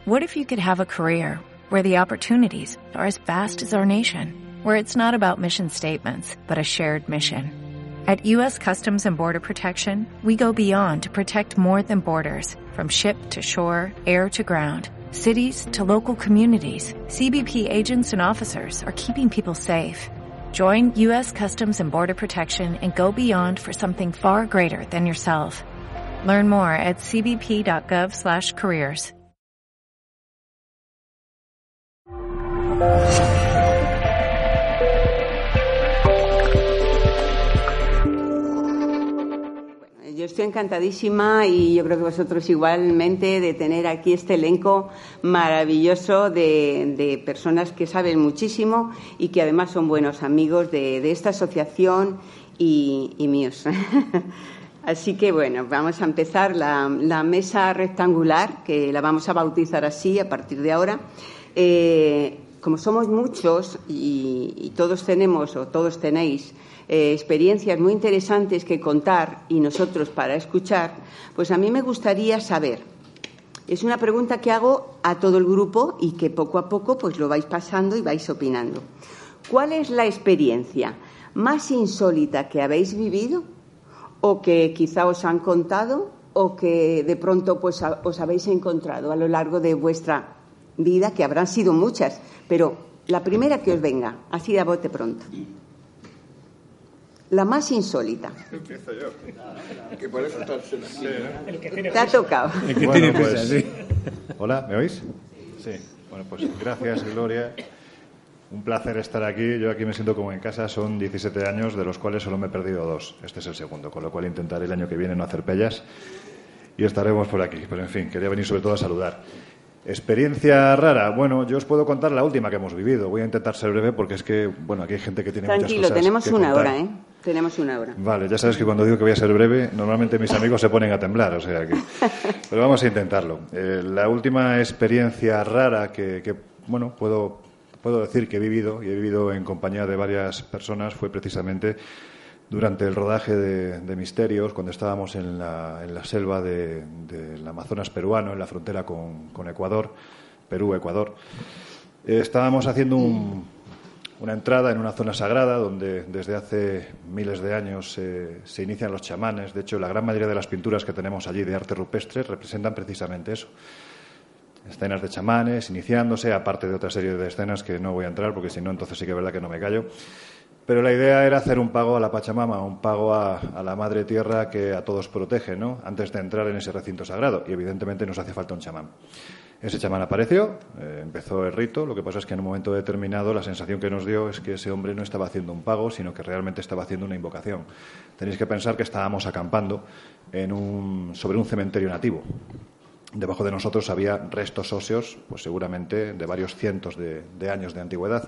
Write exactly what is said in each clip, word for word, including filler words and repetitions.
What if you could have a career where the opportunities are as vast as our nation, where it's not about mission statements, but a shared mission? At U S Customs and Border Protection, we go beyond to protect more than borders, from ship to shore, air to ground, cities to local communities. C B P agents and officers are keeping people safe. Join U S Customs and Border Protection and go beyond for something far greater than yourself. Learn more at c b p dot gov slash careers. Yo estoy encantadísima y yo creo que vosotros igualmente de tener aquí este elenco maravilloso de, de personas que saben muchísimo y que además son buenos amigos de, de esta asociación y, y míos. Así que bueno, vamos a empezar la, la mesa rectangular, que la vamos a bautizar así a partir de ahora. Eh, como somos muchos y, y todos tenemos o todos tenéis eh, experiencias muy interesantes que contar y nosotros para escuchar, pues a mí me gustaría saber, es una pregunta que hago a todo el grupo y que poco a poco pues lo vais pasando y vais opinando. ¿Cuál es la experiencia más insólita que habéis vivido o que quizá os han contado o que de pronto pues os habéis encontrado a lo largo de vuestra vida, que habrán sido muchas, pero la primera que os venga, así de a bote pronto? La más insólita. Empiezo yo. Que por eso está sí, ¿no? El que tiene Te ha tocado. El que bueno, tiene pues, prisa, sí. Hola, ¿me oís? Sí. Bueno, pues gracias, Gloria. Un placer estar aquí. Yo aquí me siento como en casa. Son diecisiete años, de los cuales solo me he perdido dos. Este es el segundo, con lo cual intentaré el año que viene no hacer pellas y estaremos por aquí. Pero, en fin, quería venir sobre todo a saludar. Experiencia rara. Bueno, yo os puedo contar la última que hemos vivido. Voy a intentar ser breve porque es que, bueno, aquí hay gente que tiene Tranquilo, muchas cosas tenemos que una contar. hora, ¿eh? Tenemos una hora. Vale, ya sabes que cuando digo que voy a ser breve, normalmente mis amigos se ponen a temblar, o sea que... Pero vamos a intentarlo. Eh, la última experiencia rara que, que bueno, puedo, puedo decir que he vivido, y he vivido en compañía de varias personas, fue precisamente durante el rodaje de, de Misterios, cuando estábamos en la, en la selva de, del Amazonas peruano, en la frontera con, con Ecuador, Perú-Ecuador. Eh, estábamos haciendo un, una entrada en una zona sagrada donde desde hace miles de años eh, se inician los chamanes. De hecho, la gran mayoría de las pinturas que tenemos allí de arte rupestre representan precisamente eso. Escenas de chamanes iniciándose, aparte de otra serie de escenas que no voy a entrar porque si no, entonces sí que es verdad que no me callo. Pero la idea era hacer un pago a la Pachamama, un pago a, a la Madre Tierra que a todos protege, ¿no?, antes de entrar en ese recinto sagrado. Y evidentemente nos hace falta un chamán. Ese chamán apareció, eh, empezó el rito. Lo que pasa es que en un momento determinado la sensación que nos dio es que ese hombre no estaba haciendo un pago, sino que realmente estaba haciendo una invocación. Tenéis que pensar que estábamos acampando en un, sobre un cementerio nativo. Debajo de nosotros había restos óseos, pues seguramente de varios cientos de, de años de antigüedad.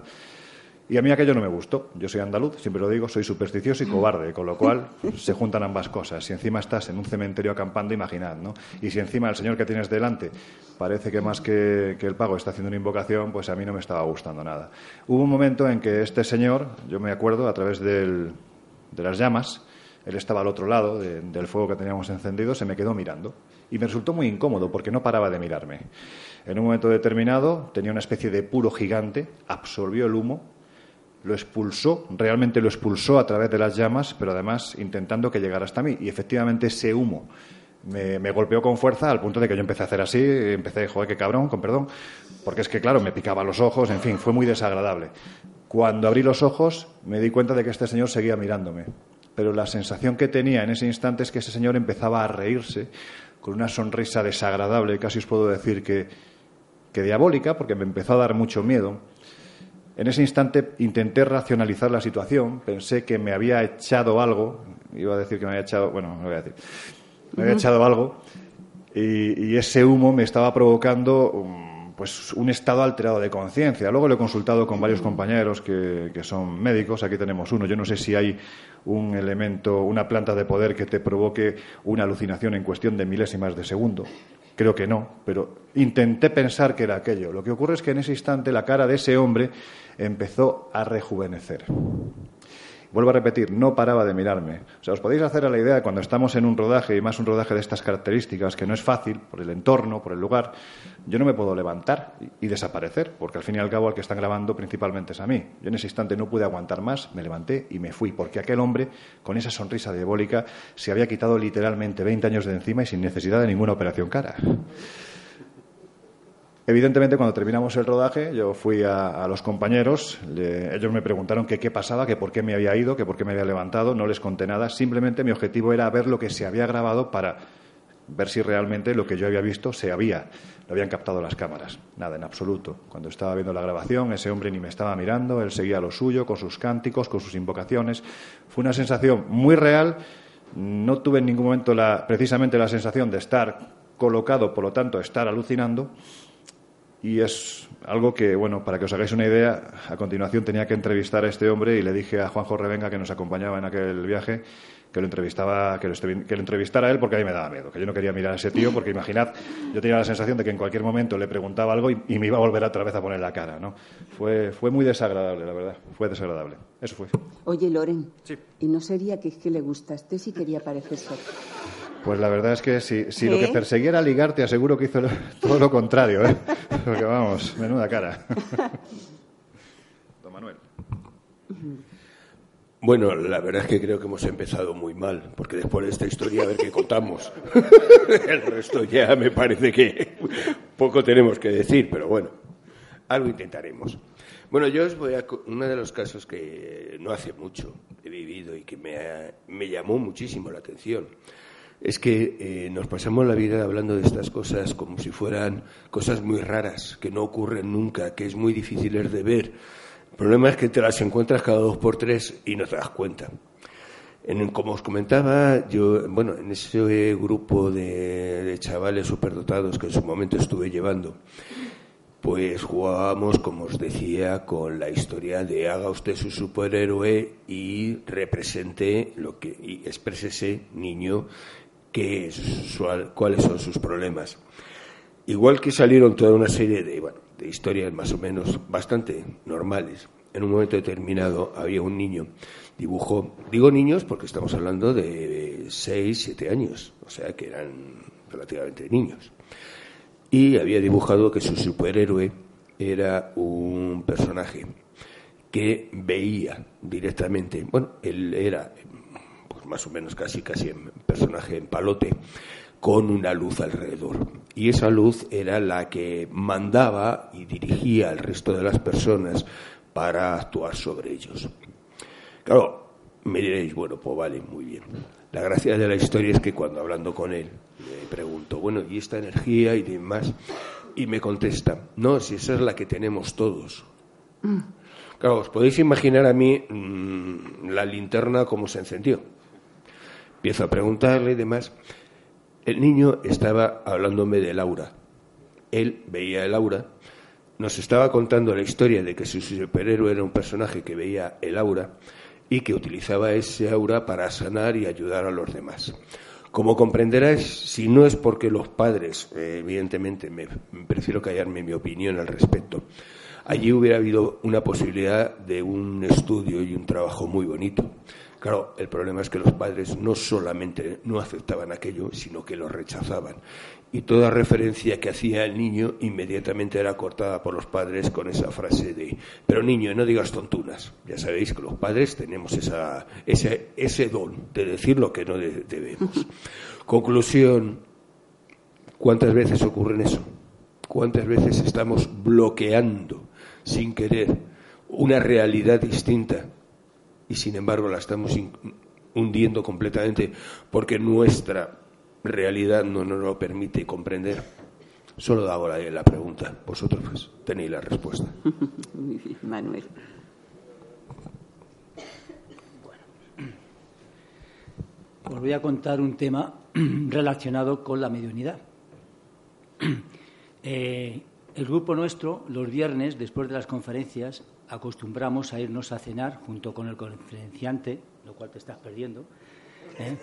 Y a mí aquello no me gustó. Yo soy andaluz, siempre lo digo, soy supersticioso y cobarde, con lo cual se juntan ambas cosas. Si encima estás en un cementerio acampando, imaginad, ¿no? Y si encima el señor que tienes delante parece que más que, que el pago está haciendo una invocación, pues a mí no me estaba gustando nada. Hubo un momento en que este señor, yo me acuerdo, a través del, de las llamas, él estaba al otro lado de, del fuego que teníamos encendido, se me quedó mirando. Y me resultó muy incómodo porque no paraba de mirarme. En un momento determinado tenía una especie de puro gigante, absorbió el humo, lo expulsó, realmente lo expulsó a través de las llamas, pero además intentando que llegara hasta mí. Y efectivamente ese humo me, me golpeó con fuerza al punto de que yo empecé a hacer así, empecé, joder, qué cabrón, con perdón, porque es que, claro, me picaba los ojos, en fin, fue muy desagradable. Cuando abrí los ojos me di cuenta de que este señor seguía mirándome, pero la sensación que tenía en ese instante es que ese señor empezaba a reírse con una sonrisa desagradable, casi os puedo decir que, que diabólica, porque me empezó a dar mucho miedo. En ese instante intenté racionalizar la situación, pensé que me había echado algo, iba a decir que me había echado, bueno, no voy a decir, me había echado algo y, y ese humo me estaba provocando um, pues un estado alterado de conciencia. Luego lo he consultado con varios compañeros que, que son médicos, aquí tenemos uno, yo no sé si hay un elemento, una planta de poder que te provoque una alucinación en cuestión de milésimas de segundo. Creo que no, pero intenté pensar que era aquello. Lo que ocurre es que en ese instante la cara de ese hombre empezó a rejuvenecer. Vuelvo a repetir, no paraba de mirarme. O sea, os podéis hacer a la idea de cuando estamos en un rodaje, y más un rodaje de estas características, que no es fácil, por el entorno, por el lugar, yo no me puedo levantar y, y desaparecer, porque al fin y al cabo al que están grabando principalmente es a mí. Yo en ese instante no pude aguantar más, me levanté y me fui, porque aquel hombre, con esa sonrisa diabólica, se había quitado literalmente veinte años de encima y sin necesidad de ninguna operación cara. Evidentemente, cuando terminamos el rodaje, yo fui a, a los compañeros, le, ellos me preguntaron que qué pasaba, que por qué me había ido, que por qué me había levantado, no les conté nada, simplemente mi objetivo era ver lo que se había grabado para ver si realmente lo que yo había visto se había, lo habían captado las cámaras. Nada, en absoluto. Cuando estaba viendo la grabación, ese hombre ni me estaba mirando, él seguía lo suyo, con sus cánticos, con sus invocaciones. Fue una sensación muy real, no tuve en ningún momento la, precisamente la sensación de estar colocado, por lo tanto, estar alucinando. Y es algo que, bueno, para que os hagáis una idea, a continuación tenía que entrevistar a este hombre y le dije a Juanjo Revenga, que nos acompañaba en aquel viaje, que lo entrevistaba, que lo, que lo entrevistara a él, porque a mí me daba miedo, que yo no quería mirar a ese tío, porque imaginad, yo tenía la sensación de que en cualquier momento le preguntaba algo y, y me iba a volver otra vez a poner la cara, ¿no? Fue, fue muy desagradable, la verdad, fue desagradable. Eso fue. Oye, Loren, sí. ¿Y no sería que es que le gustaste si quería parecerse? Pues la verdad es que si, si ¿Eh? lo que perseguía era ligar, te aseguro que hizo lo, todo lo contrario, ¿eh? Porque vamos, menuda cara. Don Manuel. Bueno, la verdad es que creo que hemos empezado muy mal, porque después de esta historia, a ver qué contamos. El resto ya me parece que poco tenemos que decir, pero bueno, algo intentaremos. Bueno, yo os voy a... Uno de los casos que no hace mucho he vivido y que me, ha, me llamó muchísimo la atención es que eh, nos pasamos la vida hablando de estas cosas como si fueran cosas muy raras, que no ocurren nunca, que es muy difíciles de ver. El problema es que te las encuentras cada dos por tres y no te das cuenta. En, como os comentaba, yo, bueno, en ese grupo de, de chavales superdotados que en su momento estuve llevando, pues jugábamos, como os decía, con la historia de haga usted su superhéroe y represente lo que, y exprésese, niño, qué es su, cuáles son sus problemas. Igual que salieron toda una serie de, bueno, de historias más o menos bastante normales. En un momento determinado había un niño, dibujó, digo niños porque estamos hablando de seis, siete años, o sea que eran relativamente niños. Y había dibujado que su superhéroe era un personaje que veía directamente, bueno, él era pues más o menos casi casi un personaje en palote, con una luz alrededor. Y esa luz era la que mandaba y dirigía al resto de las personas para actuar sobre ellos. Claro, me diréis, bueno, pues vale, muy bien. La gracia de la historia es que cuando hablando con él, le pregunto, bueno, ¿y esta energía y demás? Y me contesta, no, si esa es la que tenemos todos. Mm. Claro, os podéis imaginar a mí mmm, la linterna cómo se encendió. Empiezo a preguntarle y demás. El niño estaba hablándome del aura. Él veía el aura, nos estaba contando la historia de que su superhéroe era un personaje que veía el aura y que utilizaba ese aura para sanar y ayudar a los demás. Como comprenderás, si no es porque los padres, eh, evidentemente me, me prefiero callarme mi opinión al respecto, allí hubiera habido una posibilidad de un estudio y un trabajo muy bonito. Claro, el problema es que los padres no solamente no aceptaban aquello, sino que lo rechazaban. Y toda referencia que hacía el niño inmediatamente era cortada por los padres con esa frase de pero niño, no digas tontunas. Ya sabéis que los padres tenemos esa, ese, ese don de decir lo que no de, debemos. Conclusión, ¿cuántas veces ocurre eso? ¿Cuántas veces estamos bloqueando sin querer una realidad distinta? Y sin embargo la estamos hundiendo completamente porque nuestra realidad no nos lo permite comprender. Solo hago la, la pregunta. Vosotros pues, tenéis la respuesta. Muy bien, Manuel. Bueno, os voy a contar un tema relacionado con la mediunidad. Eh, el grupo nuestro, los viernes, después de las conferencias, acostumbramos a irnos a cenar junto con el conferenciante, lo cual te estás perdiendo. ¿eh?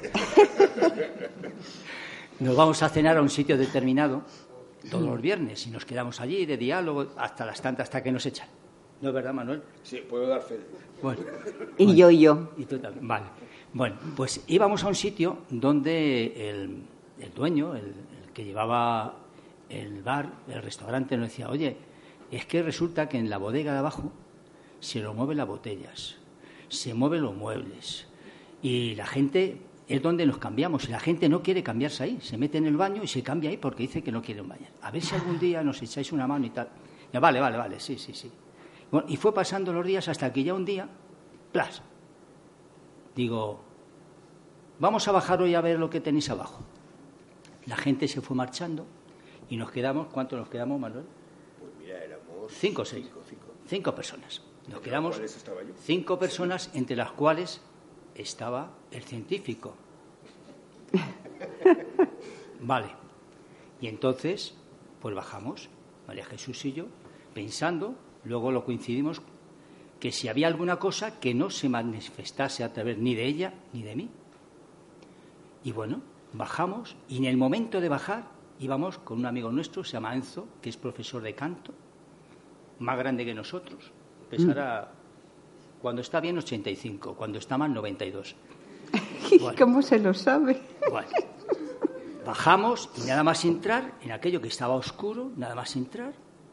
Nos vamos a cenar a un sitio determinado todos los viernes y nos quedamos allí de diálogo hasta las tantas, hasta que nos echan. ¿No es verdad, Manuel? Sí, puedo dar fe. Bueno, y bueno, yo y yo. Y tú también. Vale. Bueno, pues íbamos a un sitio donde el, el dueño, el, el que llevaba el bar, el restaurante, nos decía, oye, es que resulta que en la bodega de abajo se lo mueven las botellas, se mueven los muebles y la gente es donde nos cambiamos y la gente no quiere cambiarse ahí, se mete en el baño y se cambia ahí porque dice que no quiere un baño. A ver si algún día nos echáis una mano y tal. Ya, vale, vale, vale, sí, sí, sí. Bueno, y fue pasando los días hasta que ya un día, ¡plas! Digo, vamos a bajar hoy a ver lo que tenéis abajo. La gente se fue marchando y nos quedamos, ¿cuántos nos quedamos, Manuel? Pues mira, éramos... Cinco o seis. Cinco, cinco. Cinco personas. Nos quedamos estaba yo? cinco personas, entre las cuales estaba el científico. Vale. Y entonces, pues bajamos, María Jesús y yo, pensando, luego lo coincidimos, que si había alguna cosa que no se manifestase a través ni de ella ni de mí. Y bueno, bajamos y en el momento de bajar íbamos con un amigo nuestro, se llama Enzo, que es profesor de canto, más grande que nosotros. Pesará, mm. cuando está bien, ochenta y cinco, cuando está mal, noventa y dos. Bueno, ¿cómo se lo sabe? Bueno, bajamos y nada más entrar, en aquello que estaba oscuro, nada más entrar,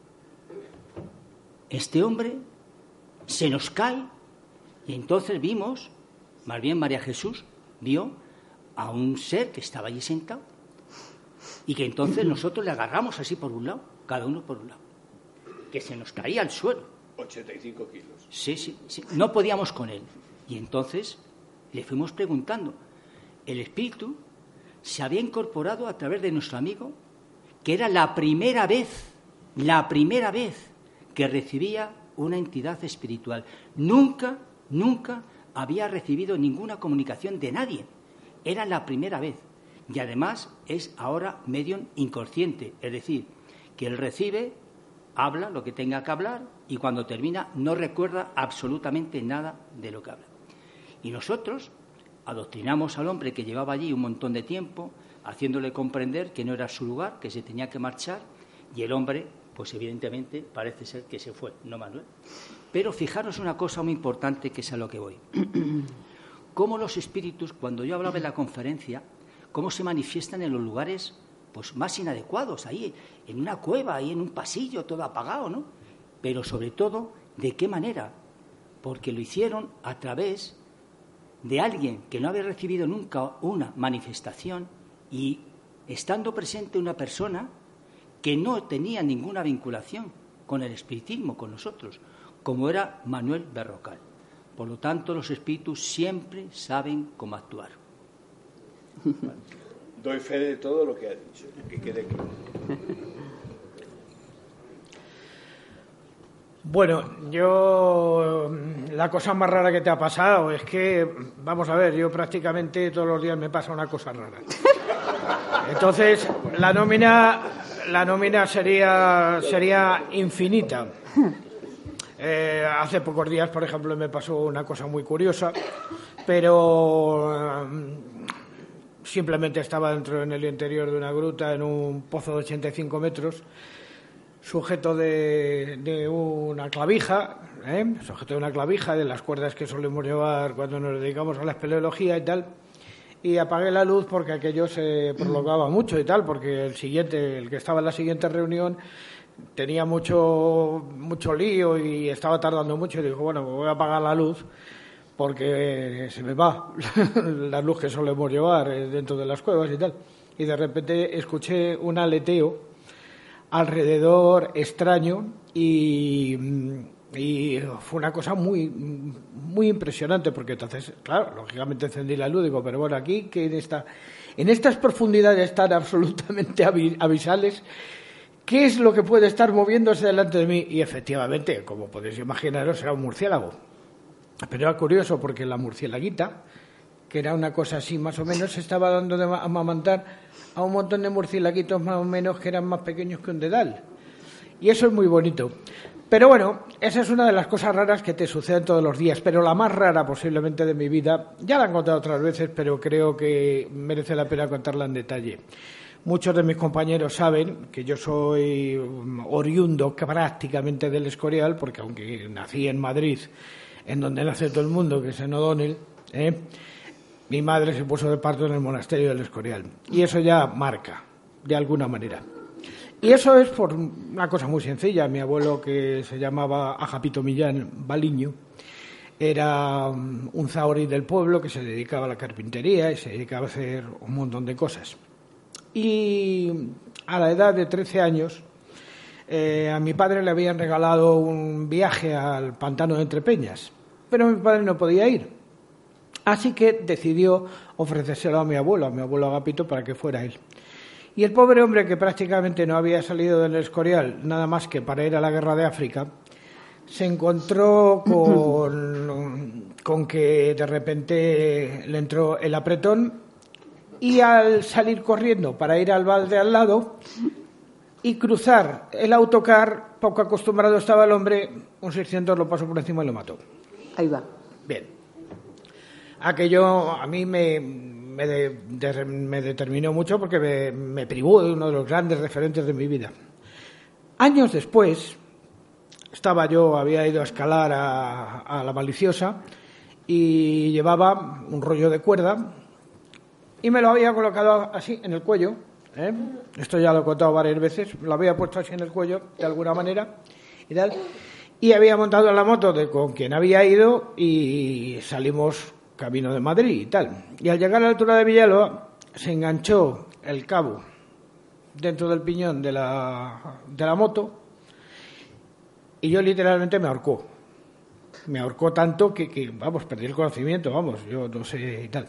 este hombre se nos cae y entonces vimos, más bien María Jesús vio a un ser que estaba allí sentado y que entonces nosotros le agarramos así por un lado, cada uno por un lado, que se nos caía al suelo. ochenta y cinco kilos. Sí, sí, sí, no podíamos con él. Y entonces le fuimos preguntando. El espíritu se había incorporado a través de nuestro amigo, que era la primera vez, la primera vez que recibía una entidad espiritual. Nunca, nunca había recibido ninguna comunicación de nadie. Era la primera vez. Y además es ahora medium inconsciente, es decir, que él recibe, habla lo que tenga que hablar y cuando termina no recuerda absolutamente nada de lo que habla. Y nosotros adoctrinamos al hombre que llevaba allí un montón de tiempo, haciéndole comprender que no era su lugar, que se tenía que marchar, y el hombre, pues evidentemente parece ser que se fue, ¿no, Manuel? Pero fijaros una cosa muy importante, que es a lo que voy. Cómo los espíritus, cuando yo hablaba en la conferencia, cómo se manifiestan en los lugares pues más inadecuados, ahí en una cueva, ahí en un pasillo, todo apagado, ¿no? Pero sobre todo, ¿de qué manera? Porque lo hicieron a través de alguien que no había recibido nunca una manifestación y estando presente una persona que no tenía ninguna vinculación con el espiritismo, con nosotros, como era Manuel Berrocal. Por lo tanto, los espíritus siempre saben cómo actuar. Vale. Doy fe de todo lo que ha dicho, que quede claro. Bueno, yo, la cosa más rara que te ha pasado es que, vamos a ver, yo prácticamente todos los días me pasa una cosa rara. Entonces, la nómina, la nómina sería, sería infinita. Eh, hace pocos días, por ejemplo, me pasó una cosa muy curiosa, pero eh, simplemente estaba dentro en el interior de una gruta, en un pozo de ochenta y cinco metros, sujeto de, de una clavija, ¿eh? sujeto de una clavija, de las cuerdas que solemos llevar cuando nos dedicamos a la espeleología y tal, y apagué la luz porque aquello se prolongaba mucho y tal, porque el siguiente, el que estaba en la siguiente reunión, tenía mucho mucho lío y estaba tardando mucho y dijo, bueno, voy a apagar la luz porque se me va la luz que solemos llevar dentro de las cuevas y tal. Y de repente escuché un aleteo alrededor extraño y, y fue una cosa muy muy impresionante porque entonces, claro, lógicamente encendí la luz y digo, pero bueno, aquí que en, esta, en estas profundidades tan absolutamente abisales, ¿qué es lo que puede estar moviéndose delante de mí? Y efectivamente, como podéis imaginaros, era un murciélago. Pero era curioso porque la murciélaguita, que era una cosa así más o menos, se estaba dando de amamantar a un montón de murciélaguitos más o menos que eran más pequeños que un dedal. Y eso es muy bonito. Pero bueno, esa es una de las cosas raras que te suceden todos los días. Pero la más rara posiblemente de mi vida, ya la he contado otras veces, pero creo que merece la pena contarla en detalle. Muchos de mis compañeros saben que yo soy oriundo prácticamente del Escorial, porque aunque nací en Madrid, en donde nace todo el mundo, que es en O'Donnell, ¿eh? mi madre se puso de parto en el monasterio del Escorial. Y eso ya marca, de alguna manera. Y eso es por una cosa muy sencilla. Mi abuelo, que se llamaba Agapito Millán Baliño, era un zahorí del pueblo que se dedicaba a la carpintería y se dedicaba a hacer un montón de cosas. Y a la edad de trece años, eh, a mi padre le habían regalado un viaje al pantano de Entrepeñas, pero mi padre no podía ir. Así que decidió ofrecérselo a mi abuelo, a mi abuelo Agapito, para que fuera él. Y el pobre hombre, que prácticamente no había salido del Escorial nada más que para ir a la guerra de África, se encontró con, con que de repente le entró el apretón. Y al salir corriendo para ir al balde al lado y cruzar el autocar, poco acostumbrado estaba el hombre, un seiscientos lo pasó por encima y lo mató. Ahí va. Bien. Aquello a mí me, me, de, de, me determinó mucho porque me, me privó de uno de los grandes referentes de mi vida. Años después, estaba yo, había ido a escalar a, a la Maliciosa y llevaba un rollo de cuerda. Y me lo había colocado así en el cuello, ¿eh? Esto ya lo he contado varias veces, lo había puesto así en el cuello, de alguna manera, y tal, y había montado en la moto de con quien había ido y salimos camino de Madrid y tal. Y al llegar a la altura de Villalba, se enganchó el cabo dentro del piñón de la, de la moto y yo literalmente me ahorcó. Me ahorcó tanto que, que, vamos, perdí el conocimiento, vamos, yo no sé y tal.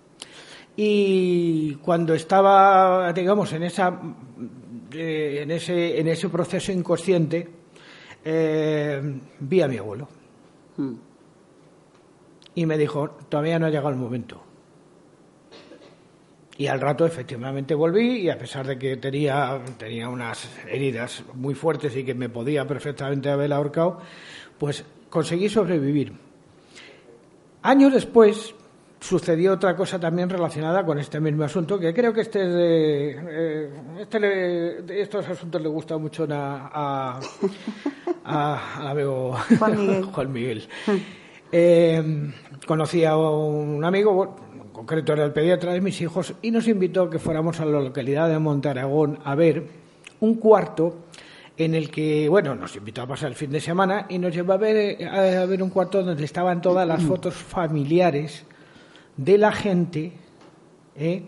Y cuando estaba, digamos, en esa, eh, en ese, en ese proceso inconsciente, eh, vi a mi abuelo. Mm. Y me dijo, todavía no ha llegado el momento. Y al rato, efectivamente, volví, y a pesar de que tenía, tenía unas heridas muy fuertes y que me podía perfectamente haber ahorcado, pues conseguí sobrevivir. Años después sucedió otra cosa también relacionada con este mismo asunto, que creo que este es de, eh, este le, de estos asuntos le gusta mucho a, a, a, al amigo Juan Miguel. Juan Miguel. Eh, conocí a un amigo, en concreto era el pediatra de mis hijos, y nos invitó a que fuéramos a la localidad de Montaragón a ver un cuarto en el que, bueno, nos invitó a pasar el fin de semana y nos llevó a ver, a ver un cuarto donde estaban todas las fotos familiares de la gente, ¿eh?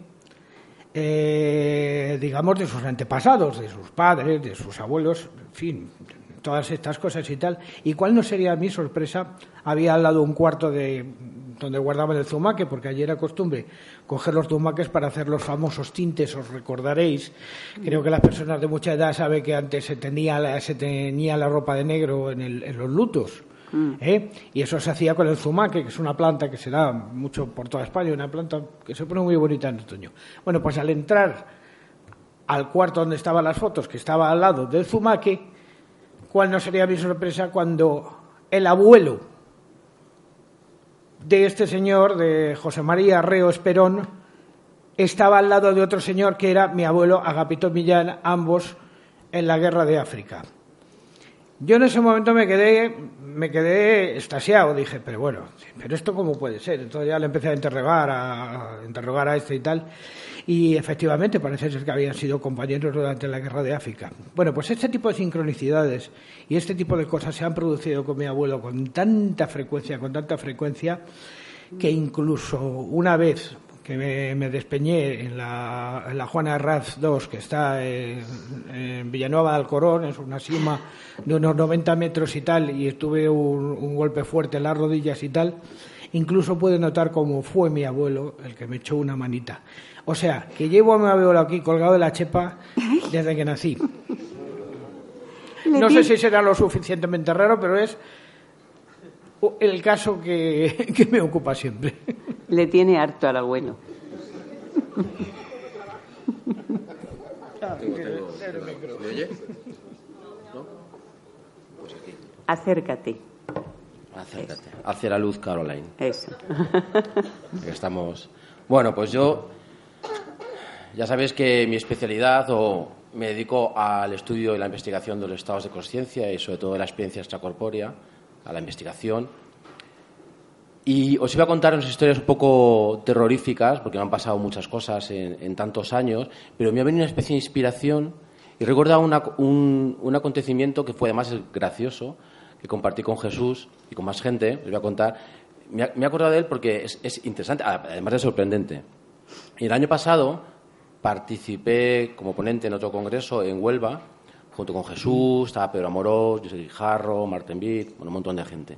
Eh, digamos, de sus antepasados, de sus padres, de sus abuelos, en fin, todas estas cosas y tal. ¿Y cuál no sería mi sorpresa? Había al lado un cuarto de donde guardaban el zumaque, porque allí era costumbre coger los zumaques para hacer los famosos tintes, os recordaréis. Creo que las personas de mucha edad saben que antes se tenía la, se tenía la ropa de negro en, el, en los lutos. ¿Eh? Y eso se hacía con el zumaque, que es una planta que se da mucho por toda España, una planta que se pone muy bonita en otoño. Bueno, pues al entrar al cuarto donde estaban las fotos, que estaba al lado del zumaque, ¿cuál no sería mi sorpresa cuando el abuelo de este señor, de José María Reo Esperón, estaba al lado de otro señor que era mi abuelo Agapito Millán, ambos en la guerra de África? Yo en ese momento me quedé, me quedé extasiado, dije, pero bueno, pero esto cómo puede ser. Entonces ya le empecé a interrogar, a, a interrogar a este y tal, y efectivamente parece ser que habían sido compañeros durante la guerra de África. Bueno, pues este tipo de sincronicidades y este tipo de cosas se han producido con mi abuelo con tanta frecuencia, con tanta frecuencia, que incluso una vez que me, me despeñé en la, en la Juana Herraz dos, que está en, en Villanueva de Alcorón, es una cima de unos noventa metros y tal, y tuve un, un golpe fuerte en las rodillas y tal, incluso pude notar cómo fue mi abuelo el que me echó una manita. O sea, que llevo a mi abuelo aquí colgado de la chepa desde que nací. No sé si será lo suficientemente raro, pero es el caso que, que me ocupa siempre. Le tiene harto al abuelo. ¿Me oye? ¿No? Pues aquí. Acércate. Acércate. Hacia la luz, Caroline. Eso. Estamos. Bueno, pues yo. ya sabéis que mi especialidad o me dedico al estudio y la investigación de los estados de conciencia y sobre todo de la experiencia extracorpórea, a la investigación. Y os iba a contar unas historias un poco terroríficas, porque me han pasado muchas cosas en, en tantos años, pero me ha venido una especie de inspiración y recuerdo una, un, un acontecimiento que fue además gracioso, que compartí con Jesús y con más gente, os voy a contar. Me, me he acordado de él porque es, es interesante, además de sorprendente. Y el año pasado participé como ponente en otro congreso en Huelva, junto con Jesús, estaba Pedro Amorós, José Guijarro, Martín Vic, bueno, un montón de gente.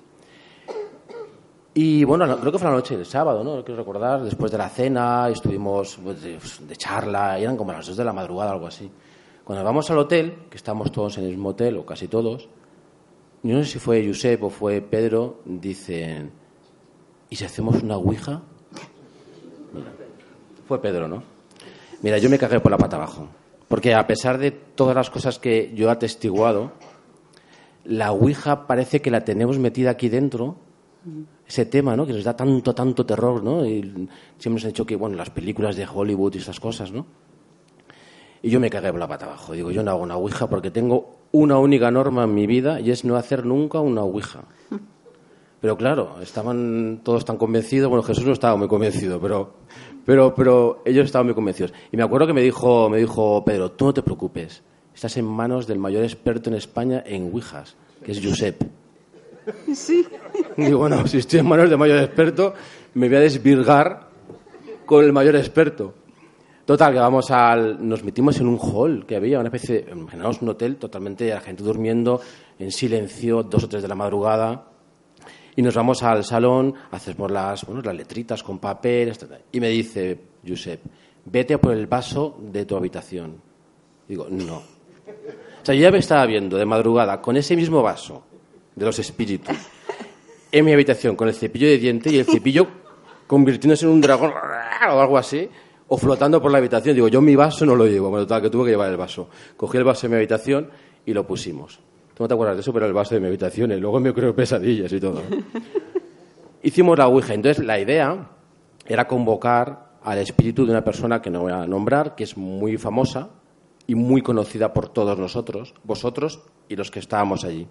Y bueno, creo que fue la noche del sábado, ¿no? Quiero recordar, después de la cena, estuvimos pues, de, de charla, y eran como las dos de la madrugada, algo así. Cuando vamos al hotel, que estamos todos en el mismo hotel, o casi todos, yo no sé si fue Josep o fue Pedro, dicen, ¿y si hacemos una ouija? Mira, fue Pedro, ¿no? Mira, yo me cagué por la pata abajo, porque a pesar de todas las cosas que yo he atestiguado, la ouija parece que la tenemos metida aquí dentro. Ese tema, ¿no? Que nos da tanto, tanto terror, ¿no? Y siempre nos han dicho que, bueno, las películas de Hollywood y esas cosas, ¿no? Y yo me cagué por la pata abajo. Digo, yo no hago una ouija porque tengo una única norma en mi vida y es no hacer nunca una ouija. Pero claro, estaban todos tan convencidos. Bueno, Jesús no estaba muy convencido, pero, pero, pero ellos estaban muy convencidos. Y me acuerdo que me dijo, me dijo Pedro, tú no te preocupes, estás en manos del mayor experto en España en ouijas, que es Josep. Sí. Digo, bueno, si estoy en manos del mayor experto, me voy a desvirgar con el mayor experto. Total, que vamos al... Nos metimos en un hall que había, una especie de... Imaginaos un hotel totalmente, la gente durmiendo en silencio, dos o tres de la madrugada. Y nos vamos al salón, hacemos las, bueno, las letritas con papel, etcétera. Y me dice Josep, vete a por el vaso de tu habitación. Digo, no. O sea, yo ya me estaba viendo de madrugada con ese mismo vaso de los espíritus en mi habitación con el cepillo de diente y el cepillo convirtiéndose en un dragón o algo así, o flotando por la habitación. Digo, yo mi vaso no lo llevo. Bueno, total, que tuve que llevar el vaso. Cogí el vaso de mi habitación y lo pusimos. Tú no te acuerdas de eso, pero el vaso de mi habitación, y luego me creo pesadillas y todo, ¿no? Hicimos la ouija. Entonces, la idea era convocar al espíritu de una persona que no voy a nombrar, que es muy famosa y muy conocida por todos nosotros, vosotros y los que estábamos allí.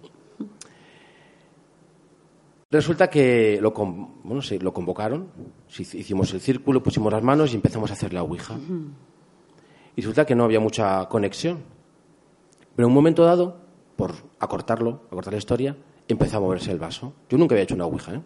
Resulta que lo, bueno, sí, lo convocaron, hicimos el círculo, pusimos las manos y empezamos a hacer la ouija. Y resulta que no había mucha conexión. Pero en un momento dado, por acortarlo, acortar la historia, empezó a moverse el vaso. Yo nunca había hecho una ouija, ¿eh?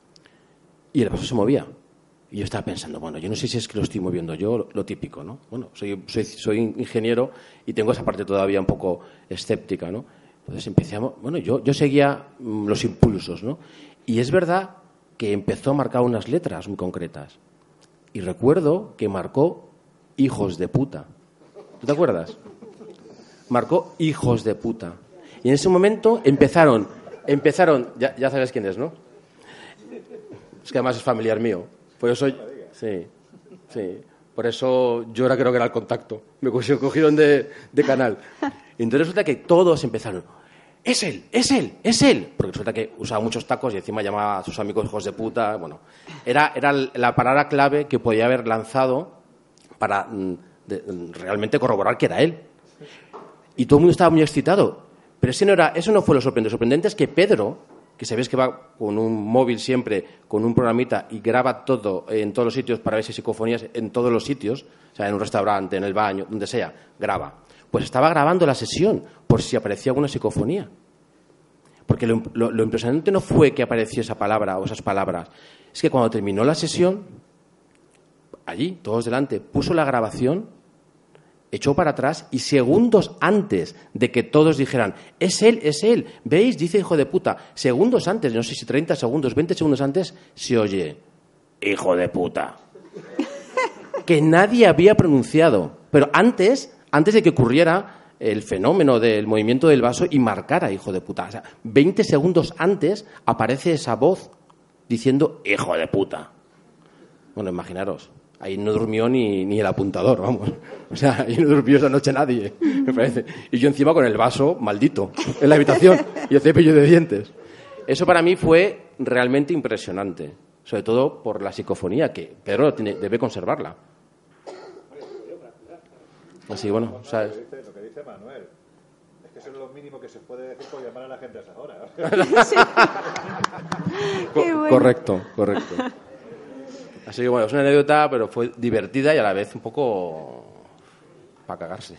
Y el vaso se movía. Y yo estaba pensando, bueno, yo no sé si es que lo estoy moviendo yo, lo, lo típico, ¿no? Bueno, soy, soy, soy ingeniero y tengo esa parte todavía un poco escéptica, ¿no? Entonces empezamos, bueno, yo, yo seguía mmm, los impulsos, ¿no? Y es verdad que empezó a marcar unas letras muy concretas. Y recuerdo que marcó hijos de puta. ¿Tú te acuerdas? Marcó hijos de puta. Y en ese momento empezaron, empezaron, ya, ya sabes quién es, ¿no? Es que además es familiar mío. Por eso, sí, sí. Por eso yo ahora creo que era el contacto. Me cogieron de, de canal. Y entonces resulta que todos empezaron, es él, es él, es él. Porque resulta que usaba muchos tacos y encima llamaba a sus amigos hijos de puta. Bueno, era, era la palabra clave que podía haber lanzado para de, realmente corroborar que era él. Y todo el mundo estaba muy excitado. Pero ese no era, eso no fue lo sorprendente. Lo sorprendente es que Pedro, que sabéis que va con un móvil siempre, con un programita y graba todo en todos los sitios para ver si psicofonías en todos los sitios, o sea, en un restaurante, en el baño, donde sea, graba. Pues estaba grabando la sesión por si aparecía alguna psicofonía. Porque lo, lo, lo impresionante no fue que apareció esa palabra o esas palabras. Es que cuando terminó la sesión, allí, todos delante, puso la grabación, echó para atrás y segundos antes de que todos dijeran, es él, es él, ¿veis? Dice hijo de puta. Segundos antes, no sé si treinta segundos, veinte segundos antes, se oye, hijo de puta. Que nadie había pronunciado. Pero antes... antes de que ocurriera el fenómeno del movimiento del vaso y marcara hijo de puta. O sea, veinte segundos antes aparece esa voz diciendo hijo de puta. Bueno, imaginaros, ahí no durmió ni, ni el apuntador, vamos. O sea, ahí no durmió esa noche nadie, me parece. Y yo encima con el vaso maldito en la habitación y el cepillo de dientes. Eso para mí fue realmente impresionante, sobre todo por la psicofonía, que Pedro tiene, debe conservarla. Así que bueno, ¿sabes? Lo que dice, lo que dice Manuel. Es que eso es lo mínimo que se puede decir por llamar a la gente a esa hora. Sí. Qué bueno. Correcto, correcto. Así que bueno, es una anécdota, pero fue divertida y a la vez un poco para cagarse.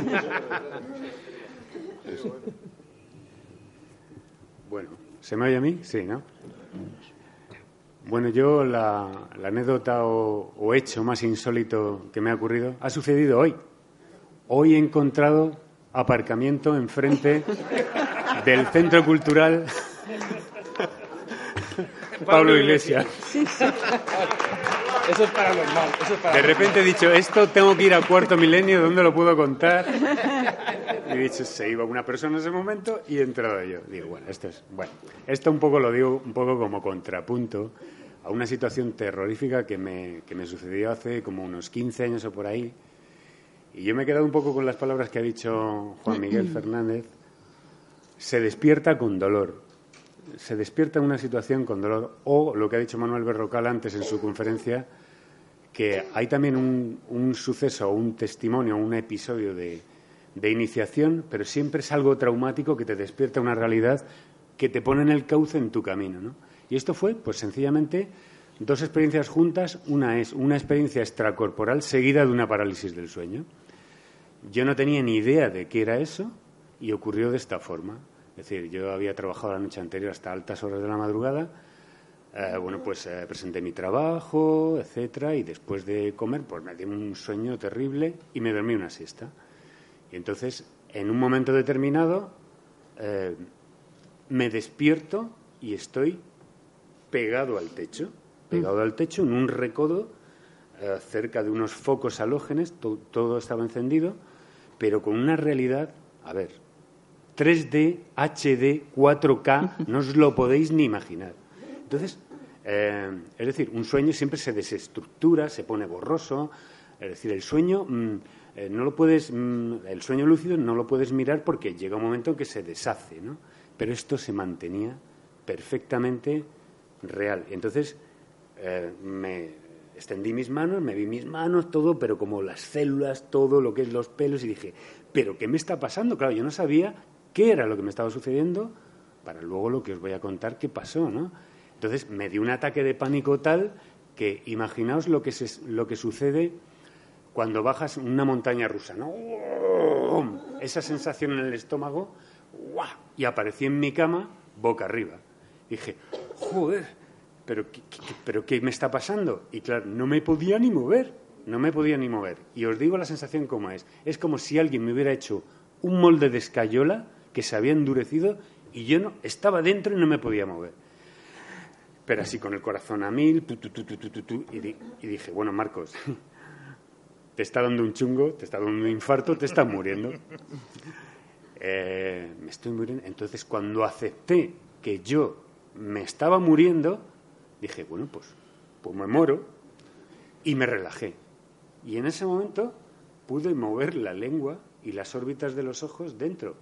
Bueno, ¿se me oye a mí? Sí, ¿no? Bueno, yo la, la anécdota o, o hecho más insólito que me ha ocurrido ha sucedido hoy. Hoy he encontrado aparcamiento enfrente del Centro Cultural Pablo Iglesias. Sí, sí. Eso es paranormal. Eso es paranormal. De repente he dicho, esto tengo que ir a Cuarto Milenio, ¿dónde lo puedo contar? Y he dicho, se iba una persona en ese momento y he entrado yo. Digo, bueno, esto es... Bueno, esto un poco lo digo un poco como contrapunto a una situación terrorífica que me, que me sucedió hace como unos quince años o por ahí. Y yo me he quedado un poco con las palabras que ha dicho Juan Miguel Fernández. Se despierta con dolor. Se despierta en una situación con dolor. O lo que ha dicho Manuel Berrocal antes en su conferencia, que hay también un, un suceso, un testimonio, un episodio de, de iniciación, pero siempre es algo traumático que te despierta una realidad que te pone en el cauce en tu camino, ¿no? Y esto fue, pues sencillamente, dos experiencias juntas. Una es una experiencia extracorporal seguida de una parálisis del sueño. Yo no tenía ni idea de qué era eso y ocurrió de esta forma. Es decir, yo había trabajado la noche anterior hasta altas horas de la madrugada. Eh, bueno, pues eh, presenté mi trabajo, etcétera, y después de comer, pues me dio un sueño terrible y me dormí una siesta. Y entonces, en un momento determinado, eh, me despierto y estoy pegado al techo, pegado al techo en un recodo eh, cerca de unos focos halógenes, to- todo estaba encendido, pero con una realidad, a ver, tres D, H D, cuatro K, no os lo podéis ni imaginar. Entonces, eh, es decir, un sueño siempre se desestructura, se pone borroso, es decir, el sueño mmm, eh, no lo puedes, mmm, el sueño lúcido no lo puedes mirar porque llega un momento en que se deshace, ¿no? Pero esto se mantenía perfectamente real. Entonces, eh, me extendí mis manos, me vi mis manos, todo, pero como las células, todo lo que es los pelos, y dije, ¿pero qué me está pasando? Claro, yo no sabía qué era lo que me estaba sucediendo, para luego lo que os voy a contar qué pasó, ¿no? Entonces, me dio un ataque de pánico tal que imaginaos lo que, se, lo que sucede cuando bajas una montaña rusa, ¿no? Esa sensación en el estómago, ¡guau! Y aparecí en mi cama boca arriba. Dije, joder, ¿pero qué, qué, ¿pero qué me está pasando? Y claro, no me podía ni mover, no me podía ni mover. Y os digo la sensación cómo es. Es como si alguien me hubiera hecho un molde de escayola que se había endurecido y yo no estaba dentro y no me podía mover. Pero así con el corazón a mil, tu, tu, tu, tu, tu, tu, y, di, y dije, bueno, Marcos, te está dando un chungo, te está dando un infarto, te estás muriendo. Eh, me estoy muriendo. Entonces, cuando acepté que yo me estaba muriendo, dije, bueno, pues, pues me muero, y me relajé. Y en ese momento pude mover la lengua y las órbitas de los ojos dentro.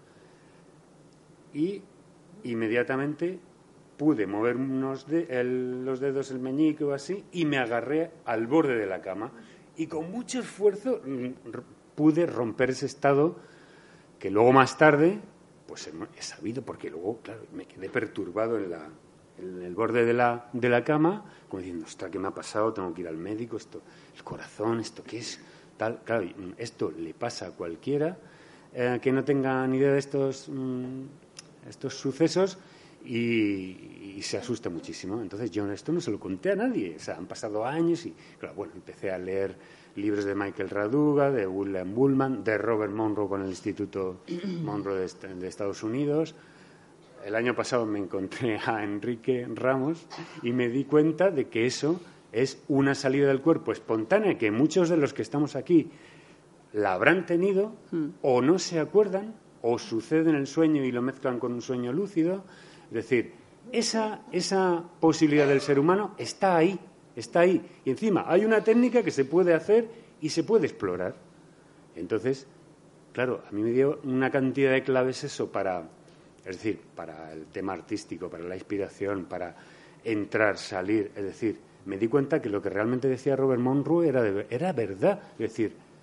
Y inmediatamente pude mover unos de, el, los dedos, el meñique o así, y me agarré al borde de la cama. Y con mucho esfuerzo pude romper ese estado que luego más tarde, pues he sabido, porque luego, claro, me quedé perturbado en, la, en el borde de la, de la cama, como diciendo, ostras, ¿qué me ha pasado? Tengo que ir al médico, esto, el corazón, ¿esto qué es? Tal, claro, esto le pasa a cualquiera eh, que no tenga ni idea de estos, mmm, estos sucesos y, y se asusta muchísimo. Entonces yo esto no se lo conté a nadie. O sea, han pasado años y, claro, bueno, empecé a leer libros de Michael Raduga, de William Bullman, de Robert Monroe con el Instituto Monroe de, de Estados Unidos. El año pasado me encontré a Enrique Ramos y me di cuenta de que eso es una salida del cuerpo espontánea, que muchos de los que estamos aquí la habrán tenido mm. o no se acuerdan o sucede en el sueño y lo mezclan con un sueño lúcido. Es decir, esa, esa posibilidad del ser humano está ahí, está ahí. Y encima hay una técnica que se puede hacer y se puede explorar. Entonces, claro, a mí me dio una cantidad de claves eso para, es decir, para el tema artístico, para la inspiración, para entrar, salir. Es decir, me di cuenta que lo que realmente decía Robert Monroe era, de, era verdad. Es decir,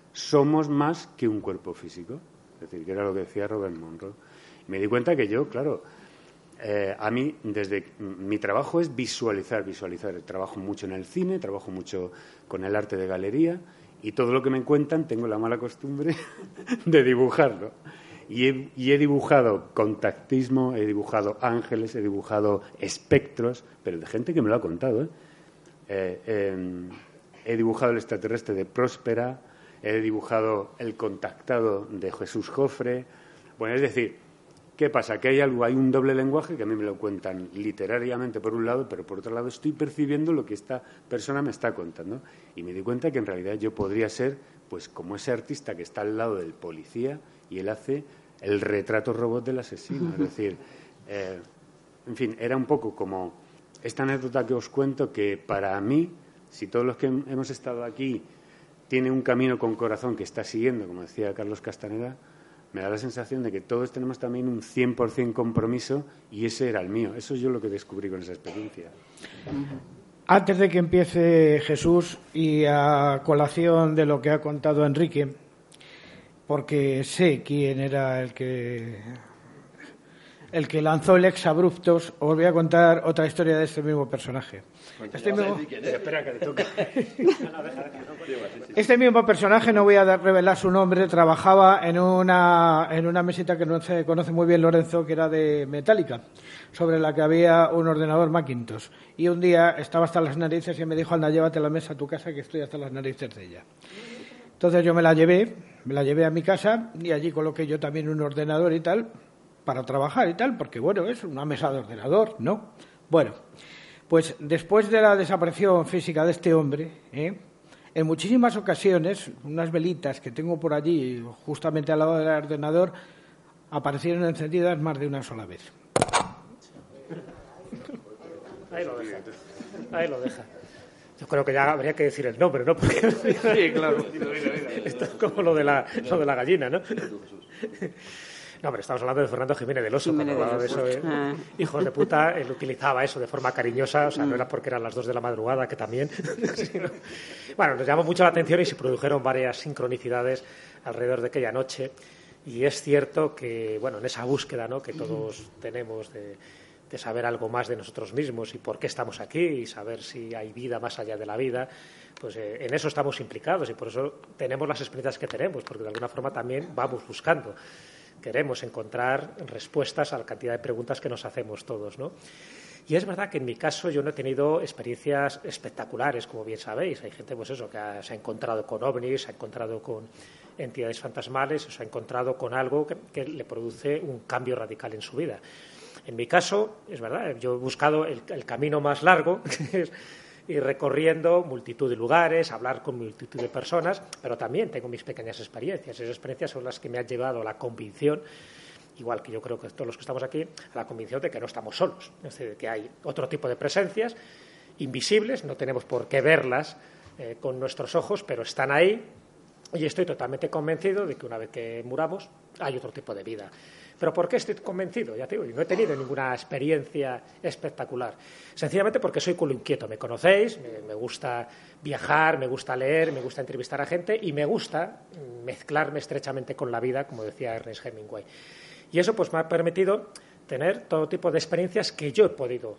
somos más que un cuerpo físico. Es decir, que era lo que decía Robert Monroe. Me di cuenta que yo, claro, eh, a mí, desde mi trabajo es visualizar, visualizar. Trabajo mucho en el cine, trabajo mucho con el arte de galería y todo lo que me cuentan tengo la mala costumbre de dibujarlo. Y he, y he dibujado contactismo, he dibujado ángeles, he dibujado espectros, pero de gente que me lo ha contado, ¿eh? Eh, eh, he dibujado el extraterrestre de Próspera, he dibujado el contactado de Jesús Jofre. Bueno, es decir, ¿qué pasa? Que hay algo, hay un doble lenguaje que a mí me lo cuentan literariamente por un lado, pero por otro lado estoy percibiendo lo que esta persona me está contando. Y me di cuenta que en realidad yo podría ser, pues, como ese artista que está al lado del policía y él hace el retrato robot del asesino. Es decir, eh, en fin, era un poco como esta anécdota que os cuento que para mí, si todos los que hemos estado aquí tienen un camino con corazón que está siguiendo, como decía Carlos Castaneda, me da la sensación de que todos tenemos también un cien por ciento compromiso y ese era el mío. Eso es yo lo que descubrí con esa experiencia. Antes de que empiece Jesús y a colación de lo que ha contado Enrique, porque sé quién era el que el que lanzó el exabruptos, os voy a contar otra historia de este mismo personaje. Este mismo... Espera, que le toca. Este mismo personaje, no voy a dar, revelar su nombre, trabajaba en una, en una mesita que no se conoce muy bien Lorenzo, que era de metálica, sobre la que había un ordenador Macintosh. Y un día estaba hasta las narices y me dijo, anda, llévate la mesa a tu casa que estoy hasta las narices de ella. Entonces yo me la llevé, me la llevé a mi casa y allí coloqué yo también un ordenador y tal, para trabajar y tal, porque bueno, es una mesa de ordenador, ¿no? Bueno, pues después de la desaparición física de este hombre, ¿eh? en muchísimas ocasiones, unas velitas que tengo por allí, justamente al lado del ordenador, aparecieron encendidas más de una sola vez. Ahí lo deja. Ahí lo deja. Yo creo que ya habría que decir el nombre, ¿no? Porque... Sí, claro. Esto es como lo de la, lo de la gallina, ¿no? No, pero estamos hablando de Fernando Jiménez del Oso. Jiménez cuando hablaba de eso, ¿eh? ah. Hijo de puta, él utilizaba eso de forma cariñosa, o sea, no era porque eran las dos de la madrugada, que también. Sino... Bueno, nos llamó mucho la atención y se produjeron varias sincronicidades alrededor de aquella noche. Y es cierto que, bueno, en esa búsqueda, ¿no?, que todos tenemos de, de saber algo más de nosotros mismos y por qué estamos aquí y saber si hay vida más allá de la vida, pues eh, en eso estamos implicados y por eso tenemos las experiencias que tenemos, porque de alguna forma también vamos buscando. Queremos encontrar respuestas a la cantidad de preguntas que nos hacemos todos, ¿no? Y es verdad que en mi caso yo no he tenido experiencias espectaculares, como bien sabéis. Hay gente, pues eso, que ha, se ha encontrado con ovnis, se ha encontrado con entidades fantasmales, o se ha encontrado con algo que, que le produce un cambio radical en su vida. En mi caso, es verdad, yo he buscado el, el camino más largo, que es ir recorriendo multitud de lugares, hablar con multitud de personas, pero también tengo mis pequeñas experiencias. Esas experiencias son las que me han llevado a la convicción, igual que yo creo que todos los que estamos aquí, a la convicción de que no estamos solos, es decir, que hay otro tipo de presencias invisibles, no tenemos por qué verlas eh, con nuestros ojos, pero están ahí y estoy totalmente convencido de que una vez que muramos hay otro tipo de vida. ¿Pero por qué estoy convencido? Ya te digo, no he tenido ninguna experiencia espectacular. Sencillamente porque soy culo inquieto. Me conocéis, me, me gusta viajar, me gusta leer, me gusta entrevistar a gente y me gusta mezclarme estrechamente con la vida, como decía Ernest Hemingway. Y eso pues me ha permitido tener todo tipo de experiencias que yo he podido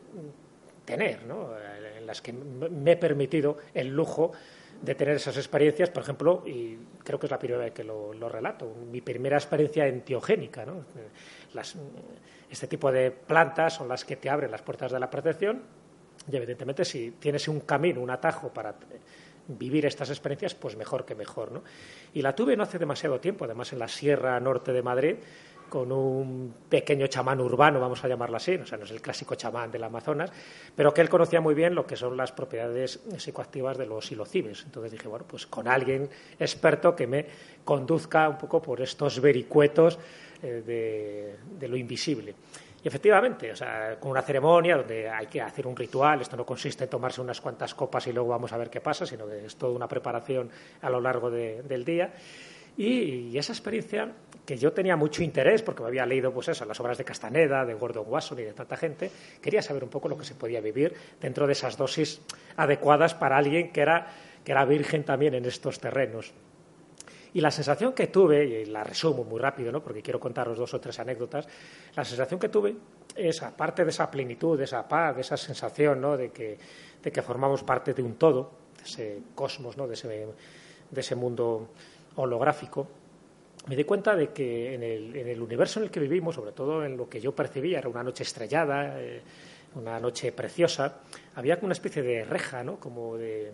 tener, ¿no?, en las que me he permitido el lujo de tener esas experiencias, por ejemplo, y creo que es la primera vez que lo, lo relato, mi primera experiencia enteogénica, ¿no? Las, este tipo de plantas son las que te abren las puertas de la percepción y, evidentemente, si tienes un camino, un atajo para vivir estas experiencias, pues mejor que mejor, ¿no? Y la tuve no hace demasiado tiempo, además en la Sierra Norte de Madrid, con un pequeño chamán urbano, vamos a llamarlo así, o sea, no es el clásico chamán del Amazonas, pero que él conocía muy bien lo que son las propiedades psicoactivas de los psilocibes. Entonces dije, bueno, pues con alguien experto que me conduzca un poco por estos vericuetos eh, de, de lo invisible. Y efectivamente, o sea, con una ceremonia donde hay que hacer un ritual, esto no consiste en tomarse unas cuantas copas y luego vamos a ver qué pasa, sino que es toda una preparación a lo largo de, del día. Y, y esa experiencia, que yo tenía mucho interés, porque me había leído pues eso, las obras de Castaneda, de Gordon Wasson y de tanta gente, quería saber un poco lo que se podía vivir dentro de esas dosis adecuadas para alguien que era, que era virgen también en estos terrenos. Y la sensación que tuve, y la resumo muy rápido, ¿no? Porque quiero contaros dos o tres anécdotas, la sensación que tuve es, aparte de esa plenitud, de esa paz, de esa sensación, ¿no? de, que, de que formamos parte de un todo, de ese cosmos, ¿no? de, ese, de ese mundo holográfico, me di cuenta de que en el, en el universo en el que vivimos, sobre todo en lo que yo percibía, era una noche estrellada, eh, una noche preciosa, había una especie de reja, ¿no? Como de,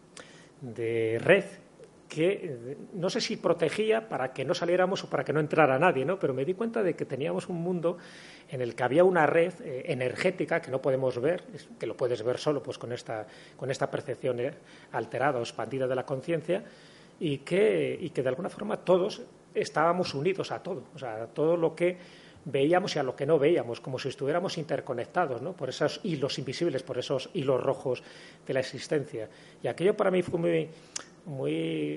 de red, que no sé si protegía para que no saliéramos o para que no entrara nadie, ¿no? Pero me di cuenta de que teníamos un mundo en el que había una red eh, energética que no podemos ver, que lo puedes ver solo pues con esta, con esta percepción alterada o expandida de la conciencia, y que, y que de alguna forma todos estábamos unidos a todo, o sea, a todo lo que veíamos y a lo que no veíamos, como si estuviéramos interconectados, ¿no? Por esos hilos invisibles, por esos hilos rojos de la existencia. Y aquello para mí fue muy, muy,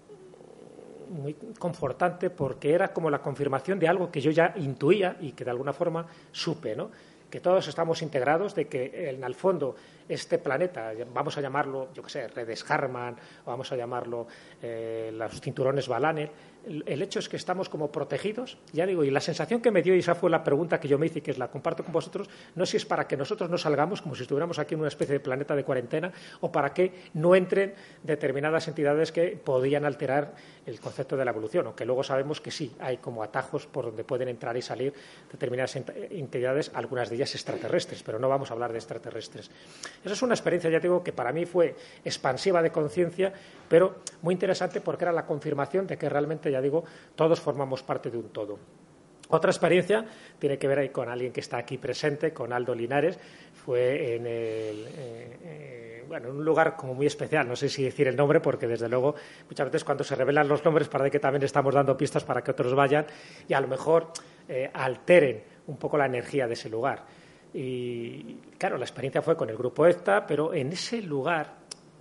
muy confortante, porque era como la confirmación de algo que yo ya intuía y que de alguna forma supe, ¿no? Que todos estamos integrados, de que en el fondo este planeta, vamos a llamarlo, yo qué sé, redes Harman, o vamos a llamarlo eh, los cinturones Balaner, el, el hecho es que estamos como protegidos, ya digo, y la sensación que me dio, y esa fue la pregunta que yo me hice y que la comparto con vosotros, no sé si es para que nosotros no salgamos como si estuviéramos aquí en una especie de planeta de cuarentena, o para que no entren determinadas entidades que podían alterar el concepto de la evolución, aunque luego sabemos que sí, hay como atajos por donde pueden entrar y salir determinadas entidades, algunas de ellas extraterrestres, pero no vamos a hablar de extraterrestres. Esa es una experiencia, ya digo, que para mí fue expansiva de conciencia, pero muy interesante porque era la confirmación de que realmente, ya digo, todos formamos parte de un todo. Otra experiencia tiene que ver ahí con alguien que está aquí presente, con Aldo Linares, fue en, el, eh, eh, bueno, en un lugar como muy especial, no sé si decir el nombre, porque desde luego muchas veces cuando se revelan los nombres parece que también estamos dando pistas para que otros vayan y a lo mejor eh, alteren un poco la energía de ese lugar. Y claro, la experiencia fue con el grupo E F T A, pero en ese lugar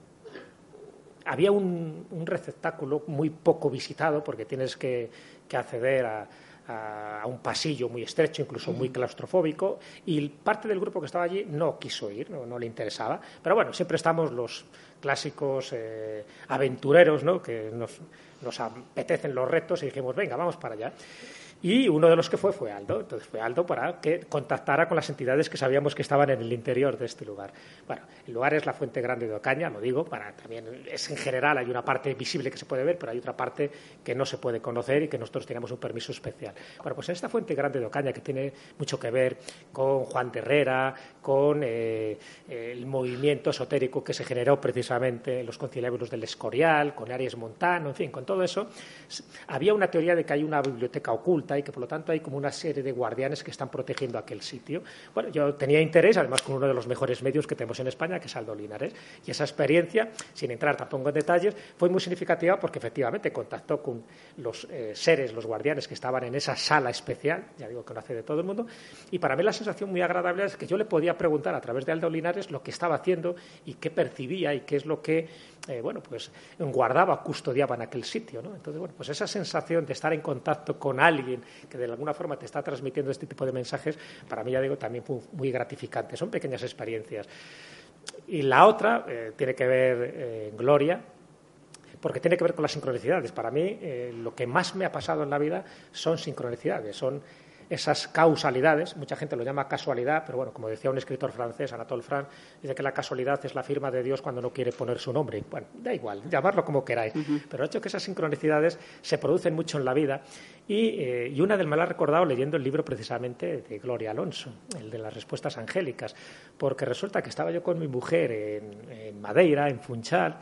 había un, un receptáculo muy poco visitado, porque tienes que, que acceder a, a, a un pasillo muy estrecho, incluso muy claustrofóbico, y parte del grupo que estaba allí no quiso ir, no, no le interesaba. Pero bueno, siempre estamos los clásicos eh, aventureros, ¿no? Que nos, nos apetecen los retos y dijimos, venga, vamos para allá. Y uno de los que fue fue Aldo. Entonces fue Aldo para que contactara con las entidades que sabíamos que estaban en el interior de este lugar. Bueno, el lugar es la Fuente Grande de Ocaña, lo digo, para también es en general, hay una parte visible que se puede ver, pero hay otra parte que no se puede conocer y que nosotros teníamos un permiso especial. Bueno, pues en esta Fuente Grande de Ocaña, que tiene mucho que ver con Juan de Herrera, con eh, el movimiento esotérico que se generó precisamente en los conciliábulos del Escorial, con Aries Montano, en fin, con todo eso, había una teoría de que hay una biblioteca oculta y que por lo tanto hay como una serie de guardianes que están protegiendo aquel sitio. Bueno, yo tenía interés, además con uno de los mejores medios que tenemos en España, que es Aldo Linares, y esa experiencia, sin entrar tampoco en detalles, fue muy significativa porque efectivamente contactó con los eh, seres, los guardianes que estaban en esa sala especial, ya digo que no hace de todo el mundo, y para mí la sensación muy agradable es que yo le podía preguntar a través de Aldo Linares lo que estaba haciendo y qué percibía y qué es lo que, eh, bueno, pues guardaba, custodiaba en aquel sitio, ¿no? Entonces, bueno, pues esa sensación de estar en contacto con alguien que de alguna forma te está transmitiendo este tipo de mensajes, para mí, ya digo, también fue muy gratificante. Son pequeñas experiencias. Y la otra eh, tiene que ver eh, Gloria, porque tiene que ver con las sincronicidades. Para mí, eh, lo que más me ha pasado en la vida son sincronicidades, son esas causalidades. Mucha gente lo llama casualidad, pero bueno, como decía un escritor francés, Anatole France, dice que la casualidad es la firma de Dios cuando no quiere poner su nombre. Bueno, da igual, llamarlo como queráis. Uh-huh. Pero el hecho es que esas sincronicidades se producen mucho en la vida y, eh, y una del me la he recordado leyendo el libro precisamente de Gloria Alonso, el de las respuestas angélicas, porque resulta que estaba yo con mi mujer en, en Madeira, en Funchal,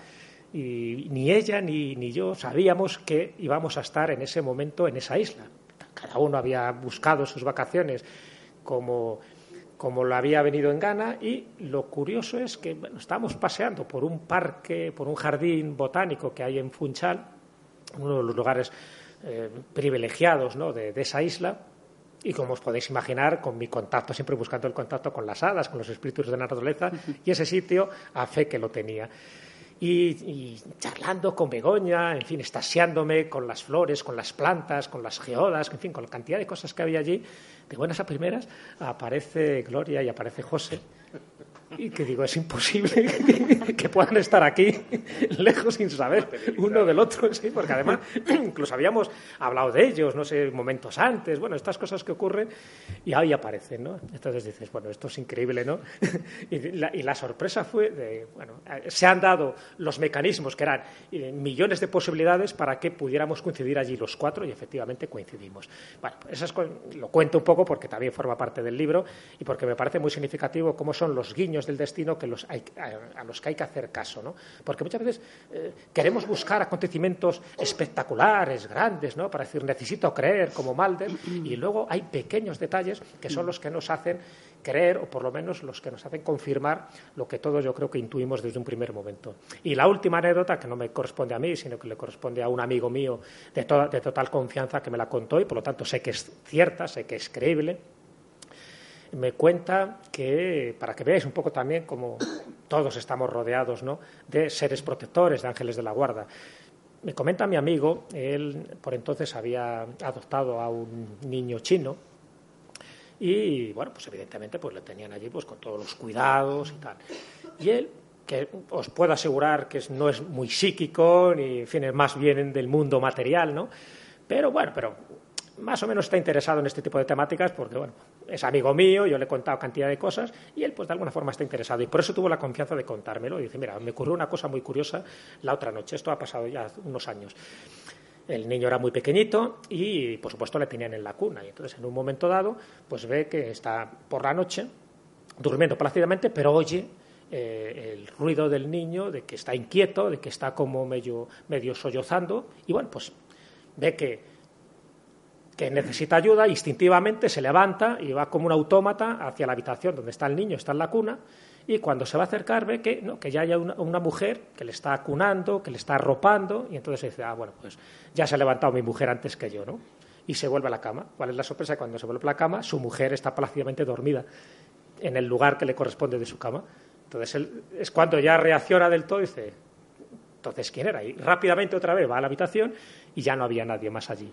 y ni ella ni, ni yo sabíamos que íbamos a estar en ese momento en esa isla. Cada uno había buscado sus vacaciones como, como lo había venido en gana, y lo curioso es que bueno, estábamos paseando por un parque, por un jardín botánico que hay en Funchal, uno de los lugares eh, privilegiados, ¿no? de, de esa isla, y como os podéis imaginar, con mi contacto, siempre buscando el contacto con las hadas, con los espíritus de la naturaleza, y ese sitio a fe que lo tenía. Y, y charlando con Begoña, en fin, extasiándome con las flores, con las plantas, con las geodas, en fin, con la cantidad de cosas que había allí, de buenas a primeras, aparece Gloria y aparece José, Y que digo, es imposible que puedan estar aquí lejos sin saber uno del otro, sí, porque además incluso habíamos hablado de ellos, no sé, momentos antes, bueno, estas cosas que ocurren y ahí aparecen, ¿no? Entonces dices, bueno, esto es increíble, ¿no? Y la, y la sorpresa fue de, bueno, se han dado los mecanismos que eran millones de posibilidades para que pudiéramos coincidir allí los cuatro y efectivamente coincidimos. Bueno, eso es, lo cuento un poco porque también forma parte del libro y porque me parece muy significativo cómo son los guiños del destino que los hay, a, a los que hay que hacer caso, ¿no? Porque muchas veces eh, queremos buscar acontecimientos espectaculares, grandes, ¿no? Para decir, necesito creer como Mulder, y luego hay pequeños detalles que son los que nos hacen creer, o por lo menos los que nos hacen confirmar lo que todos yo creo que intuimos desde un primer momento. Y la última anécdota, que no me corresponde a mí, sino que le corresponde a un amigo mío de, toda, de total confianza que me la contó y por lo tanto sé que es cierta, sé que es creíble, me cuenta que, para que veáis un poco también cómo todos estamos rodeados, ¿no?, de seres protectores, de ángeles de la guarda. Me comenta mi amigo, él por entonces había adoptado a un niño chino y, bueno, pues evidentemente pues le tenían allí pues con todos los cuidados y tal. Y él, que os puedo asegurar que no es muy psíquico, ni, en fin, es más bien del mundo material, ¿no? Pero, bueno, pero más o menos está interesado en este tipo de temáticas porque, bueno, es amigo mío, yo le he contado cantidad de cosas y él, pues, de alguna forma está interesado y por eso tuvo la confianza de contármelo y dice, mira, me ocurrió una cosa muy curiosa la otra noche, esto ha pasado ya unos años. El niño era muy pequeñito y, por supuesto, le tenían en la cuna y entonces, en un momento dado, pues ve que está por la noche durmiendo plácidamente, pero oye eh, el ruido del niño, de que está inquieto, de que está como medio, medio sollozando y, bueno, pues ve que que necesita ayuda, instintivamente se levanta y va como un autómata hacia la habitación donde está el niño, está en la cuna, y cuando se va a acercar ve que, no, que ya hay una, una mujer que le está acunando, que le está arropando, y entonces dice, ah, bueno, pues ya se ha levantado mi mujer antes que yo, ¿no? Y se vuelve a la cama. ¿Cuál es la sorpresa? Cuando se vuelve a la cama, su mujer está plácidamente dormida en el lugar que le corresponde de su cama. Entonces él, es cuando ya reacciona del todo y dice, entonces, ¿quién era? Y rápidamente otra vez va a la habitación y ya no había nadie más allí.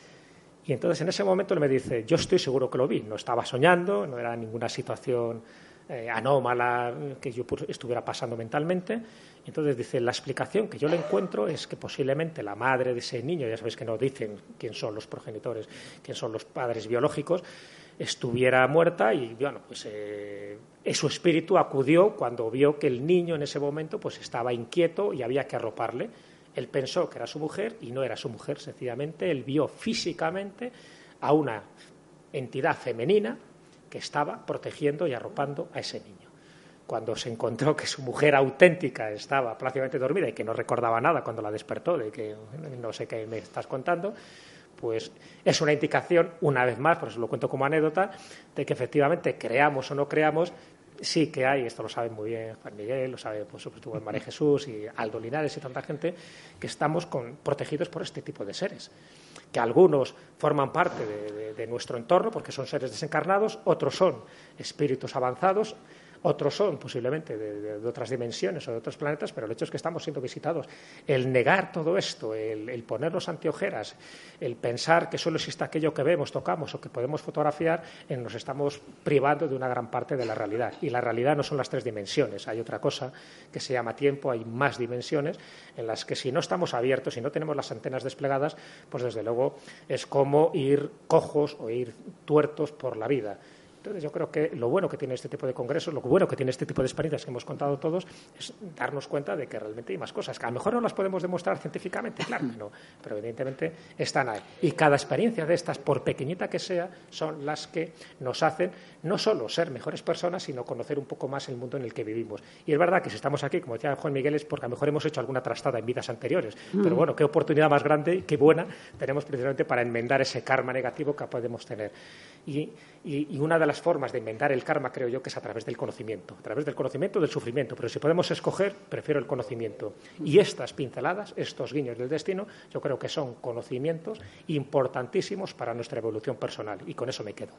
Y entonces en ese momento él me dice, yo estoy seguro que lo vi, no estaba soñando, no era ninguna situación eh, anómala que yo estuviera pasando mentalmente. Y entonces dice, la explicación que yo le encuentro es que posiblemente la madre de ese niño, ya sabéis que no dicen quién son los progenitores, quién son los padres biológicos, estuviera muerta y, bueno, pues eh, su espíritu acudió cuando vio que el niño en ese momento pues estaba inquieto y había que arroparle. Él pensó que era su mujer y no era su mujer, sencillamente él vio físicamente a una entidad femenina que estaba protegiendo y arropando a ese niño. Cuando se encontró que su mujer auténtica estaba plácidamente dormida y que no recordaba nada cuando la despertó, de que no sé qué me estás contando, pues es una indicación, una vez más, por eso lo cuento como anécdota, de que efectivamente creamos o no creamos, sí que hay, esto lo sabe muy bien Juan Miguel, lo sabe pues, sobre todo María Jesús y Aldo Linares y tanta gente, que estamos con, protegidos por este tipo de seres, que algunos forman parte de, de, de nuestro entorno porque son seres desencarnados, otros son espíritus avanzados, otros son posiblemente de, de, de otras dimensiones o de otros planetas, pero el hecho es que estamos siendo visitados. El negar todo esto, el, el ponernos anteojeras, el pensar que solo existe aquello que vemos, tocamos o que podemos fotografiar, eh, nos estamos privando de una gran parte de la realidad. Y la realidad no son las tres dimensiones, hay otra cosa que se llama tiempo, hay más dimensiones en las que si no estamos abiertos, si no tenemos las antenas desplegadas, pues desde luego es como ir cojos o ir tuertos por la vida. Entonces yo creo que lo bueno que tiene este tipo de congresos, lo bueno que tiene este tipo de experiencias que hemos contado todos, es darnos cuenta de que realmente hay más cosas, que a lo mejor no las podemos demostrar científicamente, claro que no, pero evidentemente están ahí. Y cada experiencia de estas, por pequeñita que sea, son las que nos hacen no solo ser mejores personas, sino conocer un poco más el mundo en el que vivimos. Y es verdad que si estamos aquí, como decía Juan Miguel, es porque a lo mejor hemos hecho alguna trastada en vidas anteriores. Mm. Pero bueno, qué oportunidad más grande y qué buena tenemos precisamente para enmendar ese karma negativo que podemos tener. Y, y, y una de las formas de enmendar el karma, creo yo, que es a través del conocimiento, a través del conocimiento del sufrimiento, pero si podemos escoger, prefiero el conocimiento. Y estas pinceladas, estos guiños del destino, yo creo que son conocimientos importantísimos para nuestra evolución personal, y con eso me quedo.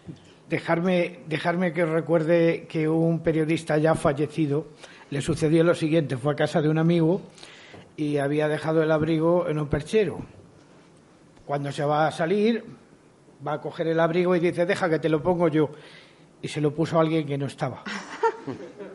Dejarme, dejarme que os recuerde que un periodista ya fallecido le sucedió lo siguiente, fue a casa de un amigo y había dejado el abrigo en un perchero. Cuando se va a salir, va a coger el abrigo y dice, deja que te lo pongo yo. Y se lo puso a alguien que no estaba.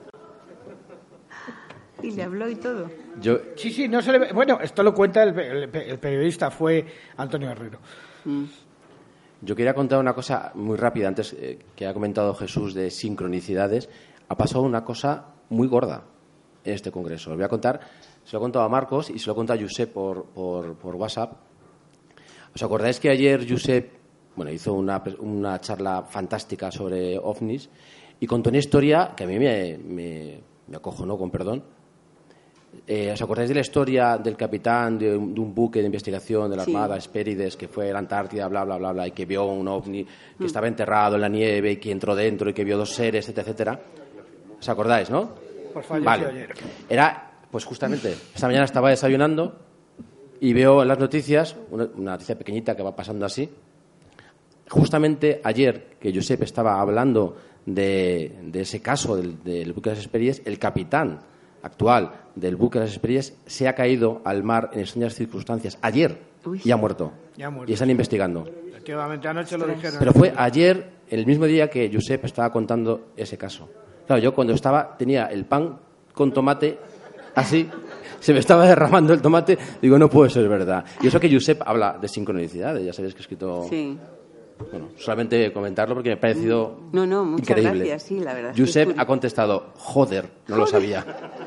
y le habló y todo. Yo... Sí, sí, no se le ve... Bueno, esto lo cuenta el, el, el periodista, fue Antonio Herrero. Mm. Yo quería contar una cosa muy rápida, antes eh, que ha comentado Jesús de sincronicidades. Ha pasado una cosa muy gorda en este congreso. Lo voy a contar, se lo he contado a Marcos y se lo he contado a Josep por, por, por WhatsApp. ¿Os acordáis que ayer Josep bueno, hizo una, una charla fantástica sobre ovnis y contó una historia que a mí me, me, me acojonó, con perdón? Eh, ¿Os acordáis de la historia del capitán de un, de un buque de investigación de la Armada, sí. Hespérides, que fue a la Antártida, bla, bla, bla, bla, y que vio un ovni que mm. estaba enterrado en la nieve y que entró dentro y que vio dos seres, etcétera, etcétera? ¿Os acordáis, no? Por falleció vale. ayer. Era, pues justamente, esta mañana estaba desayunando y veo en las noticias, una, una noticia pequeñita que va pasando así. Justamente ayer, que Josep estaba hablando de, de ese caso del, del buque de las Hespérides, el capitán actual del buque de las Hespérides se ha caído al mar en extrañas circunstancias ayer. Uy. y ha muerto. Ya ha muerto. Y están investigando. Efectivamente, anoche lo dijeron. Pero fue ayer, el mismo día que Josep estaba contando ese caso. Claro, yo cuando estaba, tenía el pan con tomate así, se me estaba derramando el tomate, digo, no puede ser verdad. Y eso que Josep habla de sincronicidades, ya sabéis que he escrito... Sí. Bueno, solamente comentarlo porque me ha parecido no, no, muchas increíble. Gracias, sí, la verdad. Josep ha contestado, joder, no joder. Lo sabía.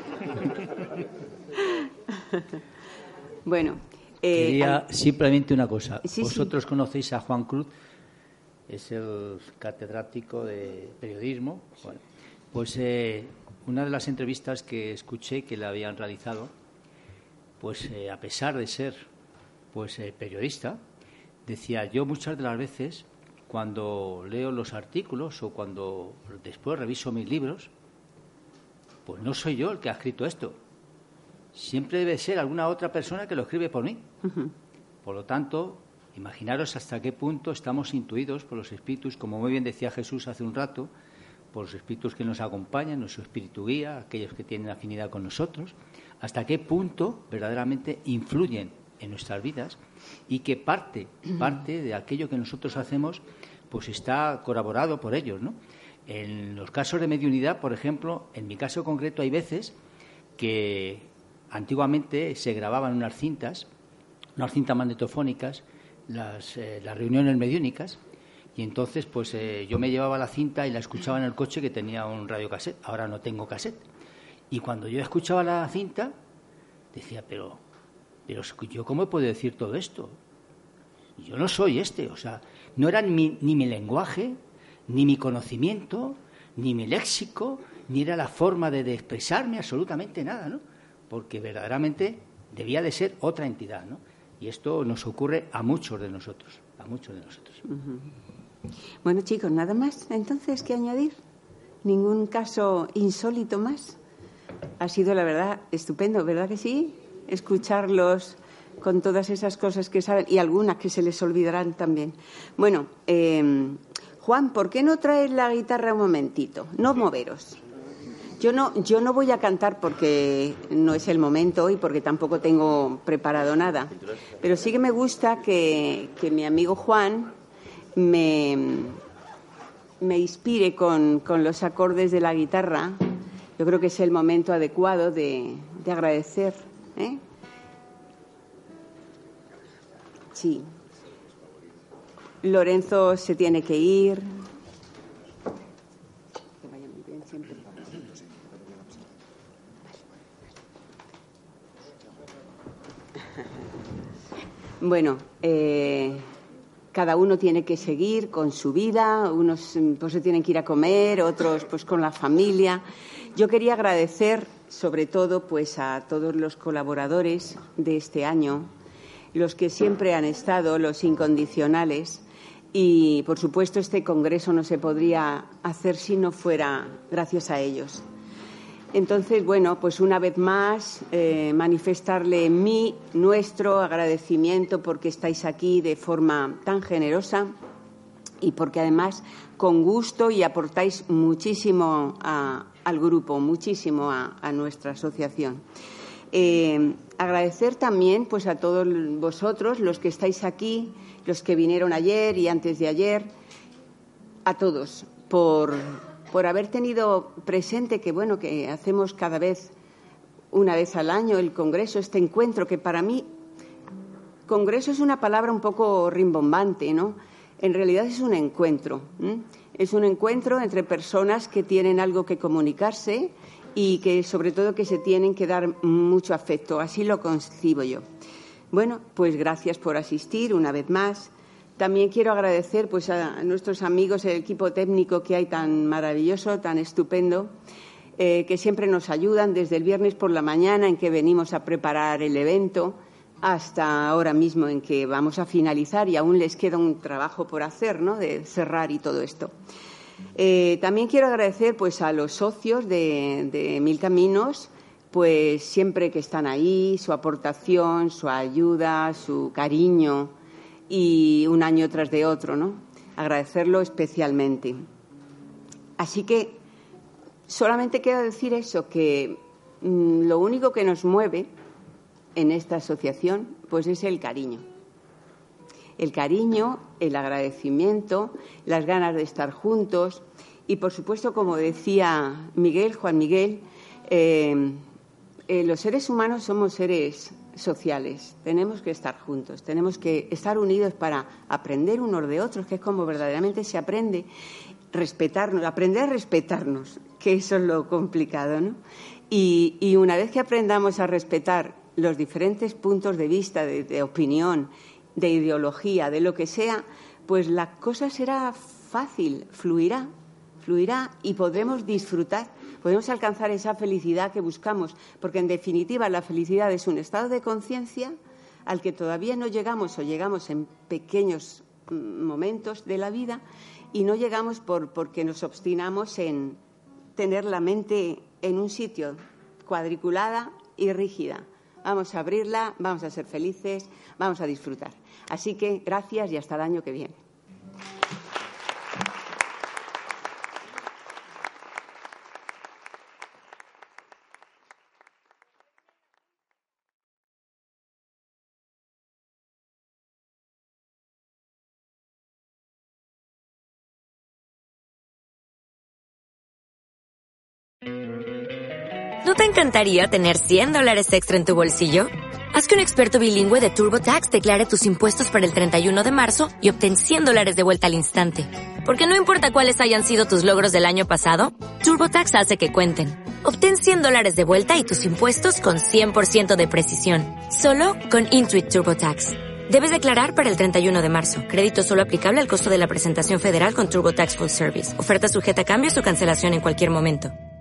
Bueno. Eh, Quería al... simplemente una cosa. Sí, Vosotros sí. conocéis a Juan Cruz, es el catedrático de periodismo. Bueno, pues eh, una de las entrevistas que escuché que le habían realizado, pues eh, a pesar de ser pues eh, periodista, decía, yo muchas de las veces cuando leo los artículos o cuando después reviso mis libros, pues no soy yo el que ha escrito esto. Siempre debe ser alguna otra persona que lo escribe por mí. Uh-huh. Por lo tanto, imaginaros hasta qué punto estamos intuidos por los espíritus, como muy bien decía Jesús hace un rato, por los espíritus que nos acompañan, nuestro espíritu guía, aquellos que tienen afinidad con nosotros, hasta qué punto verdaderamente influyen en nuestras vidas y que parte, parte de aquello que nosotros hacemos pues está corroborado por ellos, ¿no? En los casos de mediunidad, por ejemplo, en mi caso concreto hay veces que antiguamente se grababan unas cintas, unas cintas magnetofónicas, las, eh, las reuniones mediúnicas, y entonces pues eh, yo me llevaba la cinta y la escuchaba en el coche que tenía un radiocassette. Ahora no tengo cassette. Y cuando yo escuchaba la cinta, decía, pero, pero yo ¿cómo puedo decir todo esto? Yo no soy este, o sea, no era mi, ni mi lenguaje, ni mi conocimiento, ni mi léxico, ni era la forma de, de expresarme, absolutamente nada, ¿no? Porque verdaderamente debía de ser otra entidad, ¿no? Y esto nos ocurre a muchos de nosotros, a muchos de nosotros. Uh-huh. Bueno, chicos, nada más, entonces, ¿qué añadir? ¿Ningún caso insólito más? Ha sido, la verdad, estupendo, ¿verdad que sí? Escucharlos con todas esas cosas que saben y algunas que se les olvidarán también. Bueno, eh, Juan, ¿por qué no traes la guitarra un momentito? No moveros. Yo no, yo no voy a cantar porque no es el momento y porque tampoco tengo preparado nada. Pero sí que me gusta que, que mi amigo Juan me, me inspire con, con los acordes de la guitarra. Yo creo que es el momento adecuado de, de agradecer, ¿eh? Sí. Lorenzo se tiene que ir. Que vaya muy bien siempre. Bueno, eh, cada uno tiene que seguir con su vida, unos pues se tienen que ir a comer, otros pues con la familia. Yo quería agradecer sobre todo pues a todos los colaboradores de este año, los que siempre han estado, los incondicionales, y por supuesto este congreso no se podría hacer si no fuera gracias a ellos. Entonces, bueno, pues una vez más eh, manifestarle mi, nuestro agradecimiento porque estáis aquí de forma tan generosa y porque además con gusto y aportáis muchísimo a, al grupo, muchísimo a, a nuestra asociación. Eh, agradecer también pues a todos vosotros, los que estáis aquí, los que vinieron ayer y antes de ayer, a todos por... por haber tenido presente que, bueno, que hacemos cada vez una vez al año el Congreso, este encuentro, que para mí, Congreso es una palabra un poco rimbombante, ¿no? En realidad es un encuentro. ¿eh? Es un encuentro entre personas que tienen algo que comunicarse y que, sobre todo, que se tienen que dar mucho afecto. Así lo concibo yo. Bueno, pues gracias por asistir una vez más. También quiero agradecer pues, a nuestros amigos, el equipo técnico que hay tan maravilloso, tan estupendo, eh, que siempre nos ayudan desde el viernes por la mañana en que venimos a preparar el evento hasta ahora mismo en que vamos a finalizar y aún les queda un trabajo por hacer, ¿no?, de cerrar y todo esto. Eh, también quiero agradecer pues, a los socios de, de Mil Caminos, pues siempre que están ahí, su aportación, su ayuda, su cariño y un año tras de otro, ¿no? Agradecerlo especialmente. Así que solamente quiero decir eso, que mmm, lo único que nos mueve en esta asociación pues es el cariño. El cariño, el agradecimiento, las ganas de estar juntos y, por supuesto, como decía Miguel, Juan Miguel, eh, eh, los seres humanos somos seres sociales. Tenemos que estar juntos, tenemos que estar unidos para aprender unos de otros, que es como verdaderamente se aprende, respetarnos, aprender a respetarnos, que eso es lo complicado, ¿no? Y, y una vez que aprendamos a respetar los diferentes puntos de vista, de, de opinión, de ideología, de lo que sea, pues la cosa será fácil, fluirá, fluirá y podremos disfrutar, podremos alcanzar esa felicidad que buscamos, porque en definitiva la felicidad es un estado de conciencia al que todavía no llegamos o llegamos en pequeños momentos de la vida y no llegamos por, porque nos obstinamos en tener la mente en un sitio cuadriculada y rígida. Vamos a abrirla, vamos a ser felices, vamos a disfrutar. Así que gracias y hasta el año que viene. ¿No te encantaría tener cien dólares extra en tu bolsillo? Haz que un experto bilingüe de TurboTax declare tus impuestos para el treinta y uno de marzo y obtén cien dólares de vuelta al instante. Porque no importa cuáles hayan sido tus logros del año pasado, TurboTax hace que cuenten. Obtén cien dólares de vuelta y tus impuestos con cien por ciento de precisión. Solo con Intuit TurboTax. Debes declarar para el treinta y uno de marzo. Crédito solo aplicable al costo de la presentación federal con TurboTax Full Service. Oferta sujeta a cambios o cancelación en cualquier momento.